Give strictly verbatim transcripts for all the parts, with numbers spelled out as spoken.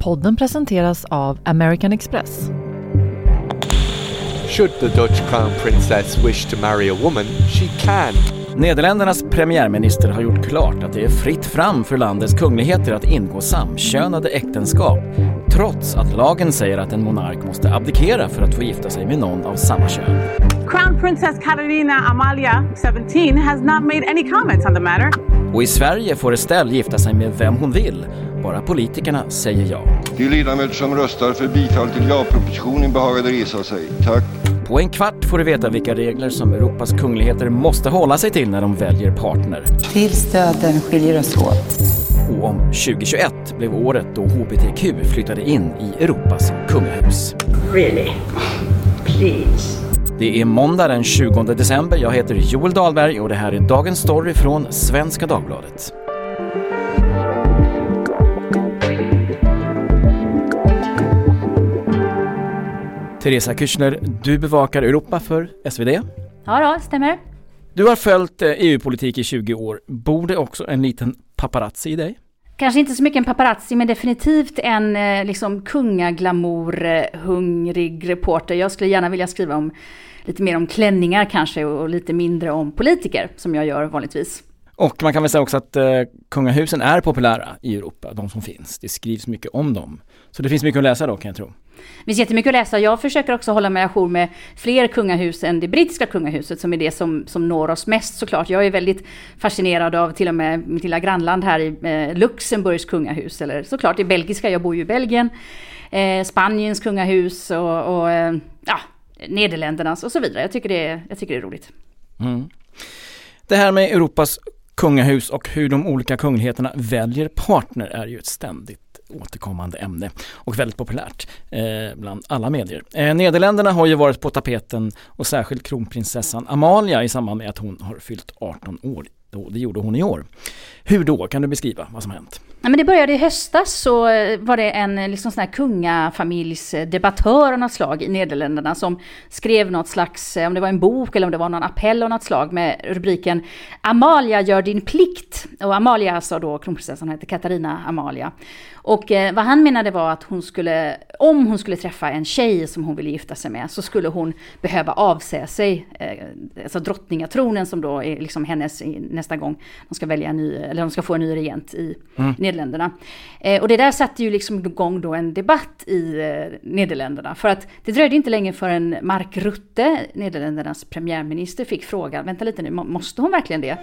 Podden presenteras av American Express. Should the Dutch crown princess wish to marry a woman, she can. Nederländernas premiärminister har gjort klart att det är fritt fram för landets kungligheter att ingå samkönade äktenskap, trots att lagen säger att en monark måste abdikera för att få gifta sig med någon av samma kön. Crown Princess Katarina Amalia, seventeen, has not made any comments on the matter. Och i Sverige får Estelle gifta sig med vem hon vill, bara politikerna säger ja. De ledamöter som röstar för bifall till ja-propositionen behagade resa sig. Tack. På en kvart får du veta vilka regler som Europas kungligheter måste hålla sig till när de väljer partner. Tillstöden skiljer oss åt. Och om tjugohundratjugoett blev året då H B T Q flyttade in i Europas kungahus. Really? Please. Det är måndag den tjugonde december. Jag heter Joel Dahlberg och det här är dagens story från Svenska Dagbladet. Teresa Kirchner, du bevakar Europa för S V D. Ja, ja, stämmer. Du har följt E U-politik i tjugo år. Bor det också en liten paparazzi i dig? Kanske inte så mycket en paparazzi, men definitivt en liksom kungaglamour-hungrig reporter. Jag skulle gärna vilja skriva om lite mer om klänningar kanske och lite mindre om politiker, som jag gör vanligtvis. Och man kan väl säga också att eh, kungahusen är populära i Europa, de som finns. Det skrivs mycket om dem. Så det finns mycket att läsa då, kan jag tro. Det finns jättemycket att läsa. Jag försöker också hålla mig ajour med fler kungahus än det brittiska kungahuset, som är det som, som når oss mest såklart. Jag är väldigt fascinerad av till och med mitt lilla grannland här i eh, Luxemburgs kungahus. Eller såklart det belgiska, jag bor ju i Belgien. Eh, Spaniens kungahus och, och eh, ja, Nederländernas och så vidare. Jag tycker det är, jag tycker det är roligt. Mm. Det här med Europas kungahus och hur de olika kungligheterna väljer partner är ju ett ständigt återkommande ämne och väldigt populärt eh, bland alla medier. Eh, Nederländerna har ju varit på tapeten och särskilt kronprinsessan Amalia i samband med att hon har fyllt arton år. Det gjorde hon i år. Hur då? Kan du beskriva vad som hänt? Ja, men det började i höstas, så var det en liksom sån här kungafamiljsdebattör av något slag i Nederländerna som skrev något slags, om det var en bok eller om det var någon appell av något slag med rubriken Amalia gör din plikt. Och Amalia, alltså då kronprinsessan, heter Katarina Amalia. Och eh, vad han menade var att hon skulle, om hon skulle träffa en tjej som hon ville gifta sig med, så skulle hon behöva avsäga sig eh, alltså drottningatronen, som då är liksom hennes nästa gång de ska välja en ny, eller de ska få en ny regent i mm. Nederländerna. Eh, och det där satte ju liksom igång då en debatt i eh, Nederländerna, för att det dröjde inte länge förrän Mark Rutte, Nederländernas premiärminister, fick frågan, vänta lite nu, måste hon verkligen det?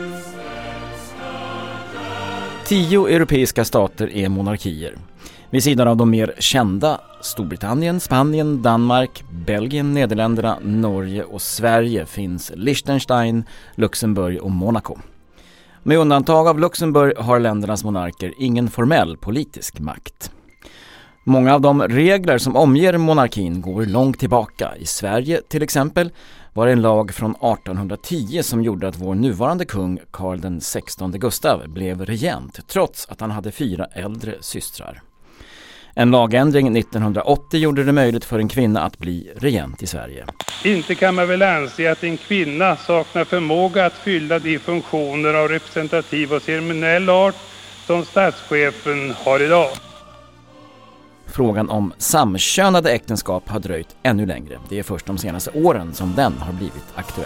Tio europeiska stater är monarkier. Vid sidan av de mer kända Storbritannien, Spanien, Danmark, Belgien, Nederländerna, Norge och Sverige finns Liechtenstein, Luxemburg och Monaco. Med undantag av Luxemburg har ländernas monarker ingen formell politisk makt. Många av de regler som omger monarkin går långt tillbaka. I Sverige till exempel var det en lag från artonhundratio som gjorde att vår nuvarande kung Karl den sextonde Gustav blev regent, trots att han hade fyra äldre systrar. En lagändring nittonhundraåttio gjorde det möjligt för en kvinna att bli regent i Sverige. Inte kan man väl anse att en kvinna saknar förmåga att fylla de funktioner av representativ och ceremoniell art som statschefen har idag. Frågan om samkönade äktenskap har dröjt ännu längre. Det är först de senaste åren som den har blivit aktuell.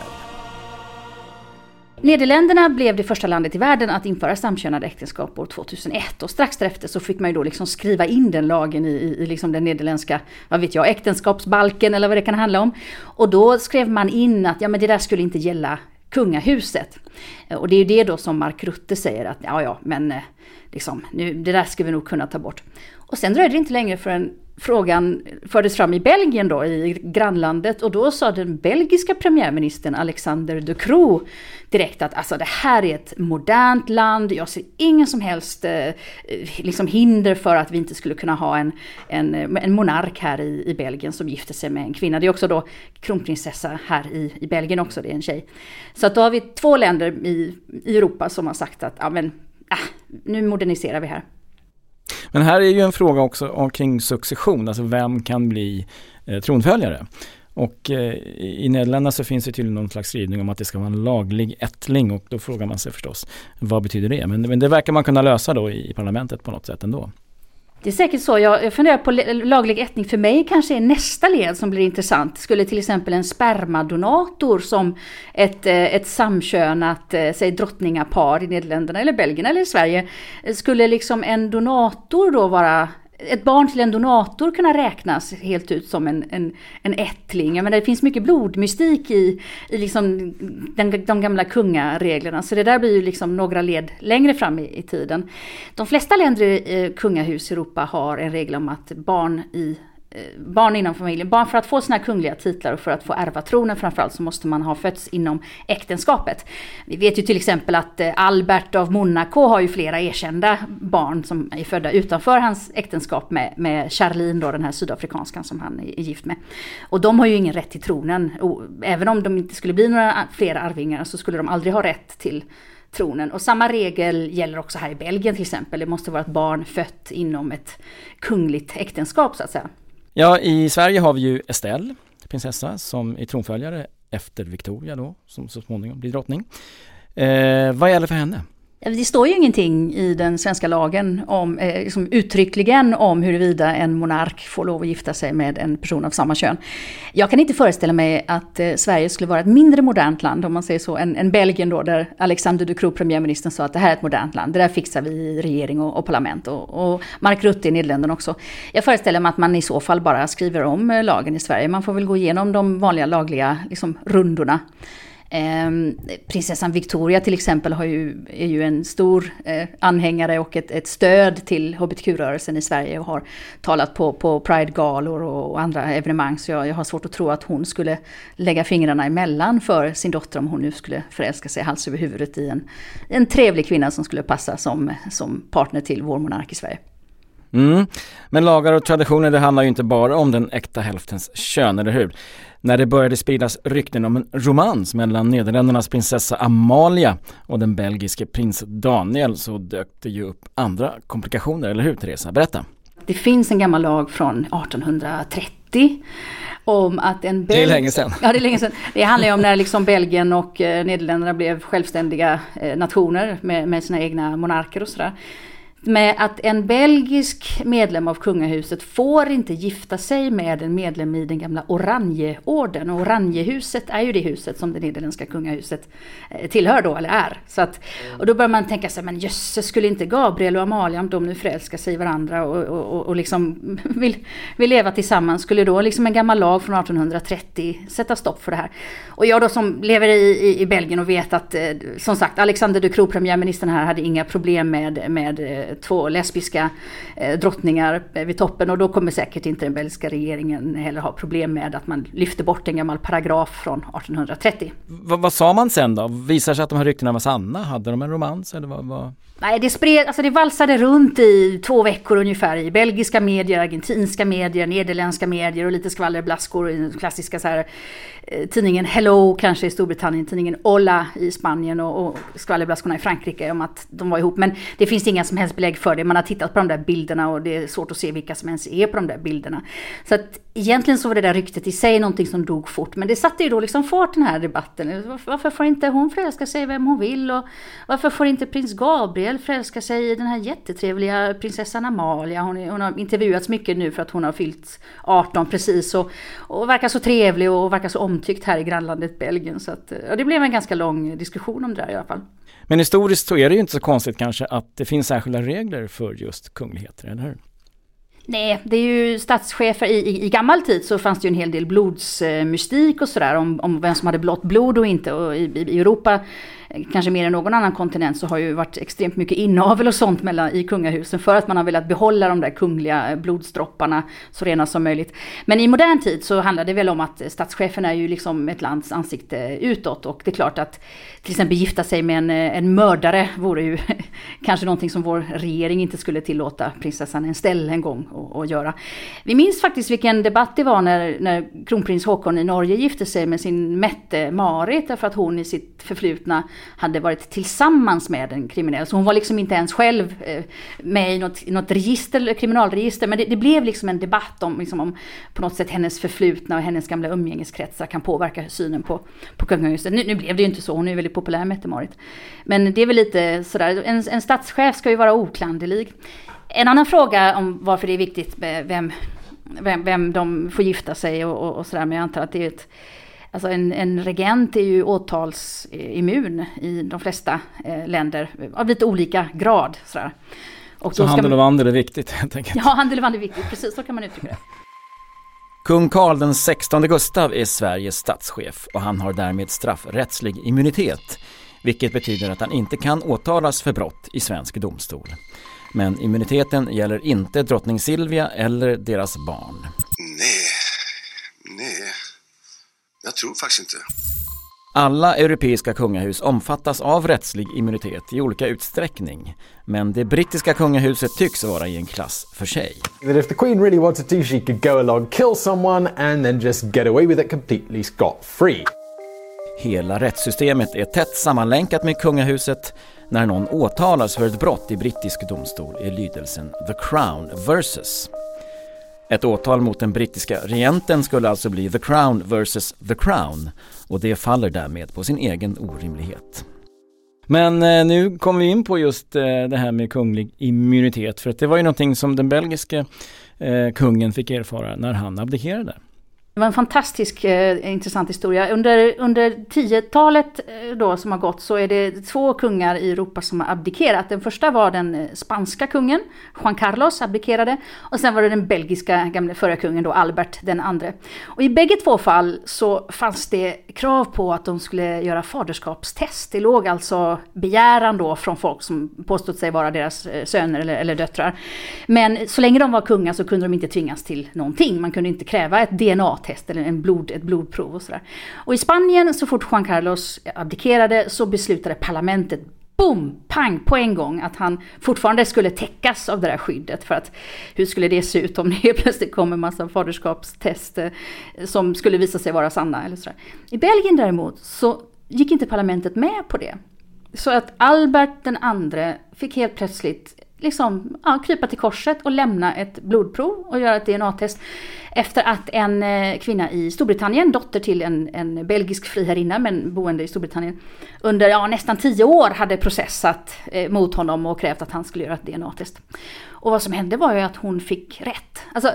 Nederländerna blev det första landet i världen att införa samkönade äktenskap år tvåtusenett, och strax därefter så fick man ju då liksom skriva in den lagen i, i, i liksom den nederländska, vad vet jag, äktenskapsbalken eller vad det kan handla om. Och då skrev man in att ja, men det där skulle inte gälla kungahuset. Och det är ju det då som Mark Rutte säger att ja ja, men liksom, nu, det där ska vi nog kunna ta bort. Och sen dröjde det inte längre förrän frågan fördes fram i Belgien då, i grannlandet, och då sa den belgiska premiärministern Alexander De Croo direkt att alltså, det här är ett modernt land, jag ser ingen som helst eh, liksom hinder för att vi inte skulle kunna ha en, en, en monark här i, i Belgien som gifter sig med en kvinna. Det är också då kronprinsessa här i, i Belgien också, det är en tjej. Så att då har vi två länder i, i Europa som har sagt att ja, men, äh, nu moderniserar vi här. Men här är ju en fråga också omkring succession, alltså vem kan bli eh, tronföljare? Och eh, i Nederländerna så finns det tydligen någon slags skrivning om att det ska vara en laglig ättling, och då frågar man sig förstås, vad betyder det? Men, men det verkar man kunna lösa då i, i parlamentet på något sätt ändå. Det är säkert så. Jag, jag funderar på laglig ättning. För mig kanske är nästa led som blir intressant. Skulle till exempel en spermadonator som ett, ett samkönat, säg drottningapar i Nederländerna eller Belgien eller Sverige, skulle liksom en donator då vara... Ett barn till en donator kunna räknas helt ut som en, en, en ättling. Men det finns mycket blodmystik i, i liksom den, de gamla kungareglerna. Så det där blir ju liksom några led längre fram i, i tiden. De flesta länder i eh, kungahus i Europa har en regel om att barn i barn inom familjen, barn för att få sina kungliga titlar och för att få ärva tronen framförallt så måste man ha fötts inom äktenskapet. Vi vet ju till exempel att Albert av Monaco har ju flera erkända barn som är födda utanför hans äktenskap med, med Charlene då, den här sydafrikanskan som han är gift med. Och de har ju ingen rätt till tronen. Och även om de inte skulle bli några fler arvingar så skulle de aldrig ha rätt till tronen. Och samma regel gäller också här i Belgien till exempel. Det måste vara ett barn fött inom ett kungligt äktenskap så att säga. Ja, i Sverige har vi ju Estelle, prinsessa, som är tronföljare efter Victoria då, som så småningom blir drottning. Eh, vad gäller för henne? Det står ju ingenting i den svenska lagen om, eh, liksom uttryckligen om huruvida en monark får lov att gifta sig med en person av samma kön. Jag kan inte föreställa mig att eh, Sverige skulle vara ett mindre modernt land, om man säger så, än, än Belgien då, där Alexander De Croo, premiärministern, sa att det här är ett modernt land. Det där fixar vi i regering och, och parlament. Och, och Mark Rutte i Nederländerna också. Jag föreställer mig att man i så fall bara skriver om eh, lagen i Sverige. Man får väl gå igenom de vanliga lagliga liksom, rundorna. Eh, prinsessan Victoria till exempel har ju, är ju en stor eh, anhängare och ett, ett stöd till hbtq-rörelsen i Sverige och har talat på, på Pride-galor och, och andra evenemang, så jag, jag har svårt att tro att hon skulle lägga fingrarna emellan för sin dotter om hon nu skulle förälska sig hals över huvudet i en, en trevlig kvinna som skulle passa som, som partner till vår monark i Sverige. Mm. Men lagar och traditioner, det handlar ju inte bara om den äkta hälftens kön, eller hur? När det började spridas rykten om en romans mellan Nederländernas prinsessa Amalia och den belgiske prins Daniel så dök det ju upp andra komplikationer, eller hur Teresa? Berätta. Det finns en gammal lag från artonhundratrettio om att en Bel- Det är länge sedan. Ja, det är länge sedan. Det handlar ju om när liksom Belgien och eh, Nederländerna blev självständiga eh, nationer med, med sina egna monarker och sådär. Med att en belgisk medlem av kungahuset får inte gifta sig med en medlem i den gamla Oranjeorden. Och Oranjehuset är ju det huset som det nederländska kungahuset tillhör då, eller är. Så att, och då börjar man tänka sig, men jösses, skulle inte Gabriel och Amalia, om de nu förälskar sig i varandra och, och, och liksom vill, vill leva tillsammans, skulle då liksom en gammal lag från artonhundratrettio sätta stopp för det här? Och jag då som lever i, i, i Belgien och vet att, som sagt, Alexander De Croo, premiärministern här, hade inga problem med, med två lesbiska eh, drottningar vid toppen, och då kommer säkert inte den belgiska regeringen heller ha problem med att man lyfter bort en gammal paragraf från artonhundratrettio. V- vad sa man sen då? Visar sig att de här ryktena var sanna? Hade de en romans? Eller vad, vad? Nej, det spred, alltså det valsade runt i två veckor ungefär i belgiska medier, argentinska medier, nederländska medier och lite skvallerblaskor i klassiska så här, eh, tidningen Hello kanske i Storbritannien, tidningen Hola i Spanien och, och skvallerblaskorna i Frankrike om att de var ihop. Men det finns inga som helst belägg för det. Man har tittat på de där bilderna och det är svårt att se vilka som ens är på de där bilderna. Så att egentligen så var det där ryktet i sig någonting som dog fort. Men det satte ju då liksom fart den här debatten. Varför får inte hon förälska sig vem hon vill? Och varför får inte prins Gabriel förälska sig i den här jättetrevliga prinsessan Amalia? Hon, är, hon har intervjuats mycket nu för att hon har fyllt arton precis och, och verkar så trevlig och verkar så omtyckt här i grannlandet Belgien. Så att, ja, det blev en ganska lång diskussion om det där i alla fall. Men historiskt så är det ju inte så konstigt kanske att det finns särskilda regler för just kungligheter, eller hur? Nej, det är ju statschefer. I, i, i gammal tid så fanns det ju en hel del blodsmystik och sådär om, om vem som hade blått blod och inte. Och i, i Europa, kanske mer än någon annan kontinent, så har ju varit extremt mycket inavel och sånt mellan, i kungahusen för att man har velat behålla de där kungliga blodsdropparna så rena som möjligt. Men i modern tid så handlar det väl om att statschefen är ju liksom ett lands ansikte utåt, och det är klart att till exempel gifta sig med en, en mördare vore ju kanske någonting som vår regering inte skulle tillåta prinsessan Estelle en gång att göra. Vi minns faktiskt vilken debatt det var när, när kronprins Håkon i Norge gifte sig med sin Mette Marit, därför att hon i sitt förflutna hade varit tillsammans med en kriminell. Så hon var liksom inte ens själv eh, med i något, något register, kriminalregister. Men det, det blev liksom en debatt om, liksom om på något sätt hennes förflutna och hennes gamla umgängeskretsar kan påverka synen på, på kungahuset. Nu, nu blev det ju inte så, hon är väldigt populär, Mette Marit. Men det är väl lite sådär, en, en statschef ska ju vara oklanderlig. En annan fråga om varför det är viktigt med vem, vem, vem de får gifta sig och, och, och sådär, men jag antar att det är ett, alltså en, en regent är ju åtalsimmun i de flesta eh, länder av lite olika grad. Sådär. Och så då handel man, och vandel är viktigt helt enkelt. Ja, handel och vandel är viktigt, precis så kan man uttrycka det. Kung Carl den sextonde Gustav är Sveriges statschef och han har därmed straffrättslig immunitet, vilket betyder att han inte kan åtalas för brott i svensk domstol. Men immuniteten gäller inte drottning Silvia eller deras barn. Nej, nej, jag tror faktiskt inte. Alla europeiska kungahus omfattas av rättslig immunitet i olika utsträckning, men det brittiska kungahuset tycks vara i en klass för sig. That if the Queen really wanted to, she could go along, kill someone and then just get away with it completely scot-free. Hela rättssystemet är tätt sammanlänkat med kungahuset. När någon åtalas för ett brott i brittisk domstol är lydelsen The Crown versus. Ett åtal mot den brittiska regenten skulle alltså bli The Crown versus The Crown, och det faller därmed på sin egen orimlighet. Men eh, nu kommer vi in på just eh, det här med kunglig immunitet, för att det var ju någonting som den belgiska eh, kungen fick erfara när han abdikerade. Det var en fantastisk eh, intressant historia. Under, under tiotalet eh, då som har gått så är det två kungar i Europa som har abdikerat. Den första var den eh, spanska kungen, Juan Carlos, abdikerade. Och sen var det den belgiska gamla förra kungen då, Albert den andre. Och i bägge två fall så fanns det krav på att de skulle göra faderskapstest. Det låg alltså begäran då från folk som påstod sig vara deras eh, söner eller, eller döttrar. Men så länge de var kungar så kunde de inte tvingas till någonting. Man kunde inte kräva ett D N A test eller en blod, ett blodprov och sådär. Och i Spanien, så fort Juan Carlos abdikerade så beslutade parlamentet, boom, pang, på en gång att han fortfarande skulle täckas av det där skyddet, för att hur skulle det se ut om det helt plötsligt kom en massa faderskapstest som skulle visa sig vara sanna eller sådär. I Belgien däremot så gick inte parlamentet med på det. Så att Albert den andre fick helt plötsligt liksom, ja, krypa till korset och lämna ett blodprov och göra ett D N A-test efter att en eh, kvinna i Storbritannien, dotter till en, en belgisk friherrinna men boende i Storbritannien, under ja, nästan tio år hade processat eh, mot honom och krävt att han skulle göra ett D N A-test. Och vad som hände var ju att hon fick rätt. Alltså,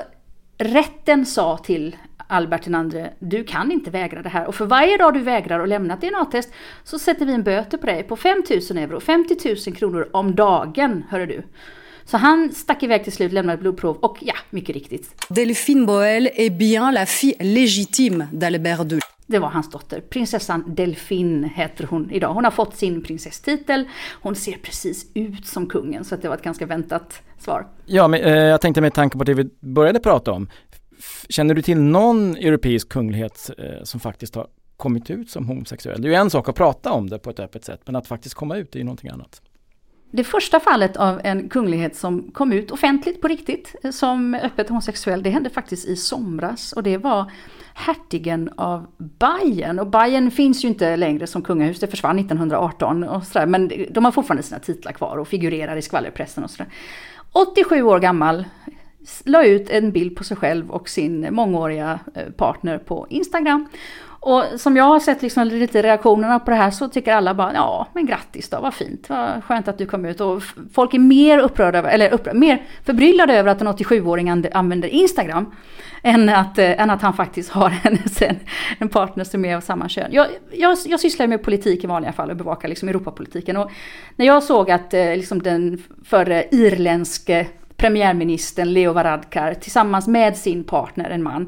rätten sa till Albert den andre, du kan inte vägra det här. Och för varje dag du vägrar att lämna ett D N A-test så sätter vi en böter på dig på fem tusen euro, femtio tusen kronor om dagen, hör du. Så han stack iväg till slut, lämnade ett blodprov och ja, mycket riktigt. Delphine Boel est bien la fille légitime d'Albert deux. Det var hans dotter. Prinsessan Delphine heter hon idag. Hon har fått sin prinsesstitel. Hon ser precis ut som kungen, så att det var ett ganska väntat svar. Ja, men eh, jag tänkte med tanke på det vi började prata om. Känner du till någon europeisk kunglighet eh, som faktiskt har kommit ut som homosexuell? Det är ju en sak att prata om det på ett öppet sätt, men att faktiskt komma ut är ju någonting annat. Det första fallet av en kunglighet som kom ut offentligt på riktigt som öppet homosexuell, det hände faktiskt i somras, och det var hertigen av Bayern. Och Bayern finns ju inte längre som kungahus, det försvann nittonhundraarton och sådär, men de har fortfarande sina titlar kvar och figurerar i skvallerpressen och sådär. åttiosju år gammal, la ut en bild på sig själv och sin mångåriga partner på Instagram. Och som jag har sett liksom lite reaktionerna på det här, så tycker alla bara, ja men grattis då, vad fint, vad skönt att du kom ut. Och folk är mer upprörda, eller upprörda, mer förbryllade över att en åttiosjuåring använder Instagram än att, än att han faktiskt har en, en partner som är av samma kön. Jag, jag, jag sysslar med politik i vanliga fall och bevakar liksom Europapolitiken. Och när jag såg att liksom den förre irländske premiärministern Leo Varadkar tillsammans med sin partner, en man,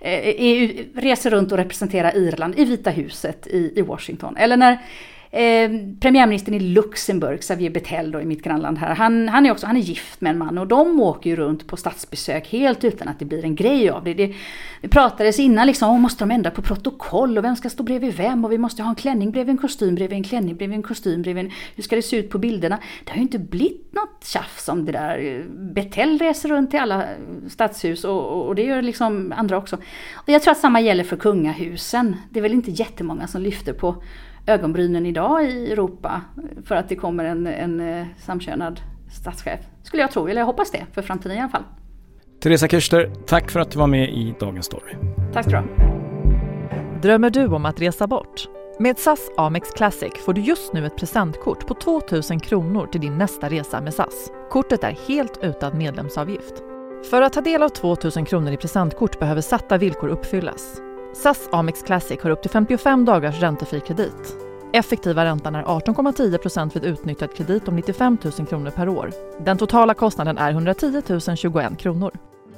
eh, reser runt och representerar Irland i Vita huset i, i Washington. Eller när eh, premiärministern i Luxemburg, Xavier Bettel då, i mitt grannland här, han, han är också han är gift med en man, och de åker ju runt på statsbesök helt utan att det blir en grej av det. Det, det pratades innan liksom, oh, måste de ändra på protokoll och vem ska stå bredvid vem, och vi måste ha en klänning bredvid en kostym, bredvid en klänning bredvid en kostym, bredvid en, hur ska det se ut på bilderna? Det har ju inte blivit något tjafs om det där. Bettel reser runt till alla stadshus och, och det gör liksom andra också. Och jag tror att samma gäller för kungahusen. Det är väl inte jättemånga som lyfter på ögonbrynen idag i Europa för att det kommer en, en samkönad statschef. Skulle jag tro, eller jag hoppas det för framtiden i alla fall. Teresa Kirster, tack för att du var med i Dagens Story. Tack ska du ha. Drömmer du om att resa bort? Med S A S Amex Classic får du just nu ett presentkort på två tusen kronor till din nästa resa med S A S. Kortet är helt utan medlemsavgift. För att ta del av två tusen kronor i presentkort behöver satta villkor uppfyllas. S A S Amex Classic har upp till femtiofem dagars räntefri kredit. Effektiva räntan är arton komma tio procent vid utnyttjad kredit om nittiofem tusen kronor per år. Den totala kostnaden är etthundratio tusen tjugoett kronor.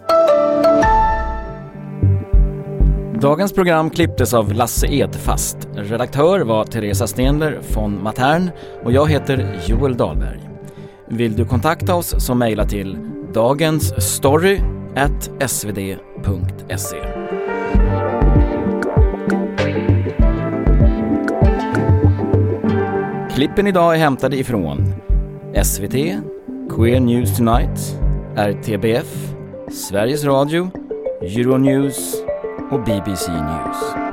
Dagens program klipptes av Lasse Edfast. Redaktör var Teresa Stenler från Matern och jag heter Joel Dahlberg. Vill du kontakta oss så mejla till dagensstory at svd punkt se. Klippen idag är hämtade ifrån S V T, Queer News Tonight, R T B F, Sveriges Radio, Euronews och B B C News.